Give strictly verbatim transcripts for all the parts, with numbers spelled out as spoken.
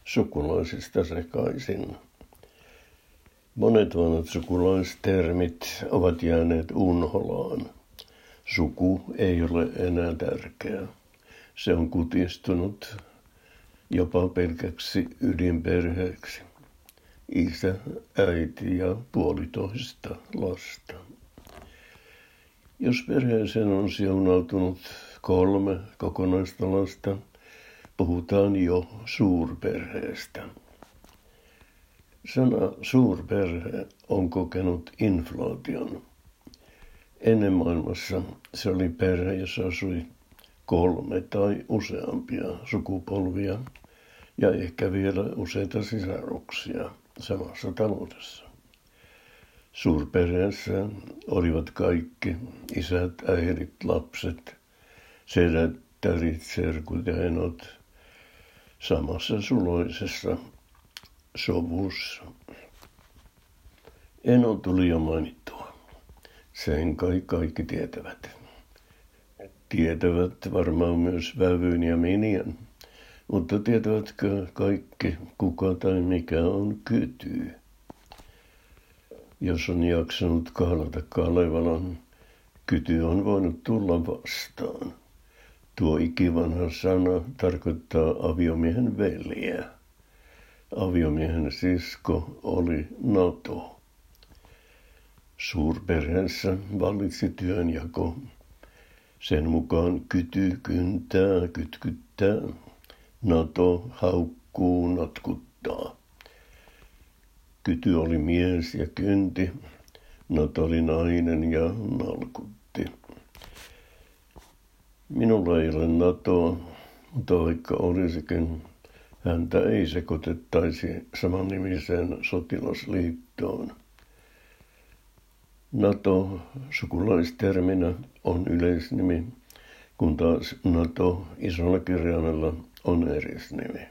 sukulaisista sekaisin. Monet vanhat sukulaistermit ovat jääneet unholaan. Suku ei ole enää tärkeä. Se on kutistunut jopa pelkäksi ydinperheeksi. Isä, äiti ja puolitoista lasta. Jos perheeseen on siunautunut kolme kokonaista lasta, puhutaan jo suurperheestä. Sana suurperhe on kokenut inflaation. Ennen maailmassa se oli perhe, jossa asui kolme tai useampia sukupolvia ja ehkä vielä useita sisaruksia samassa taloudessa. Suurperheessä olivat kaikki isät, äidit, lapset, sedät, tärit, serkut ja enot samassa suloisessa sovussa. Eno tuli jo mainittua. Sen kai kaikki tietävät. Tietävät varmaan myös vävyn ja minian, mutta tietävätkö kaikki, kuka tai mikä on kyty? Jos on jaksanut kahlata Kalevalan, kyty on voinut tulla vastaan. Tuo ikivanha sana tarkoittaa aviomiehen veljeä. Aviomiehen sisko oli Nato. Suurperheessä vallitsi työnjako. Sen mukaan kyty kyntää, kytkyttää. Nato haukkuu, natkuttaa. Kyty oli mies ja kynti. Nato oli nainen ja nalkutti. Minulla ei ole Natoa, mutta vaikka olisikin, häntä ei sekoitettaisi samannimiseen sotilasliittoon. Nato sukulaisterminä on yleisnimi, kun taas Nato isolla kirjaimella on erisnimi.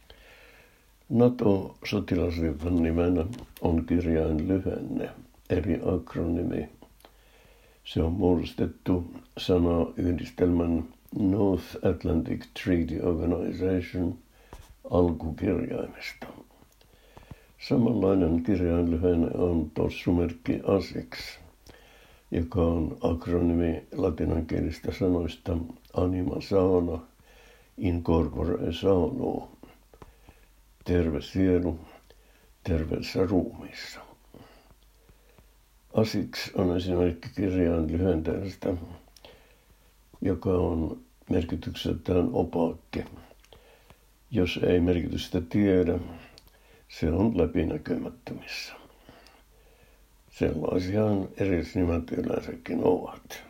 Nato sotilasliiton nimenä on kirjainlyhenne, eli akronymi. Se on muodostettu sanayhdistelmän North Atlantic Treaty Organization alkukirjaimesta. Samanlainen kirjainlyhenne on tossumerkki ASICS, joka on akronymi latinankielistä sanoista anima sana, in corpore sano, terve sielu, terveessä ruumiissa. ASICS on esimerkki kirjainlyhenteestä, joka on merkitykseltään opaakki. Jos ei merkitystä tiedä, se on läpinäkymättömissä. Sellaisiaan erisnimet yleensäkin ovat.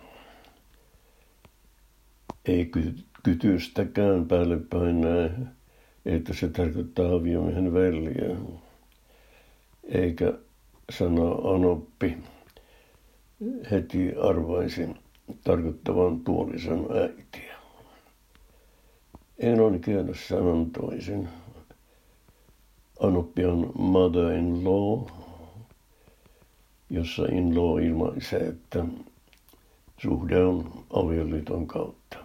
Ei kytystäkään päälle päin näe, että se tarkoittaa aviomiehen veljeä, eikä sana anoppi heti arvaisin tarkoittavan puolison äitiä. Englannin kielessä sanon toisin. Anoppi on mother-in-law, jossa in-law ilmaisee, että suhde on avioliiton kautta.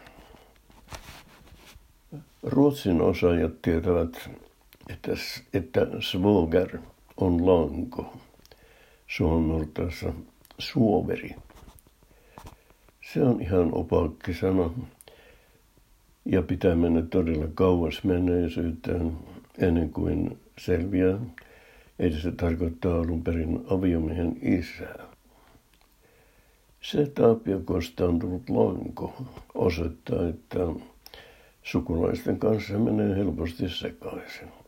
Ruotsin osaajat tietävät, että, että svåger on lanko, suomenmurtaessa suoveri. Se on ihan opaakki sana ja pitää mennä todella kauas menneisyyteen ennen kuin selviää, että se tarkoittaa alun perin aviomiehen isää. Se, että Apiokosta on tullut lanko, osoittaa, että sukulaisten kanssa menee helposti sekaisin.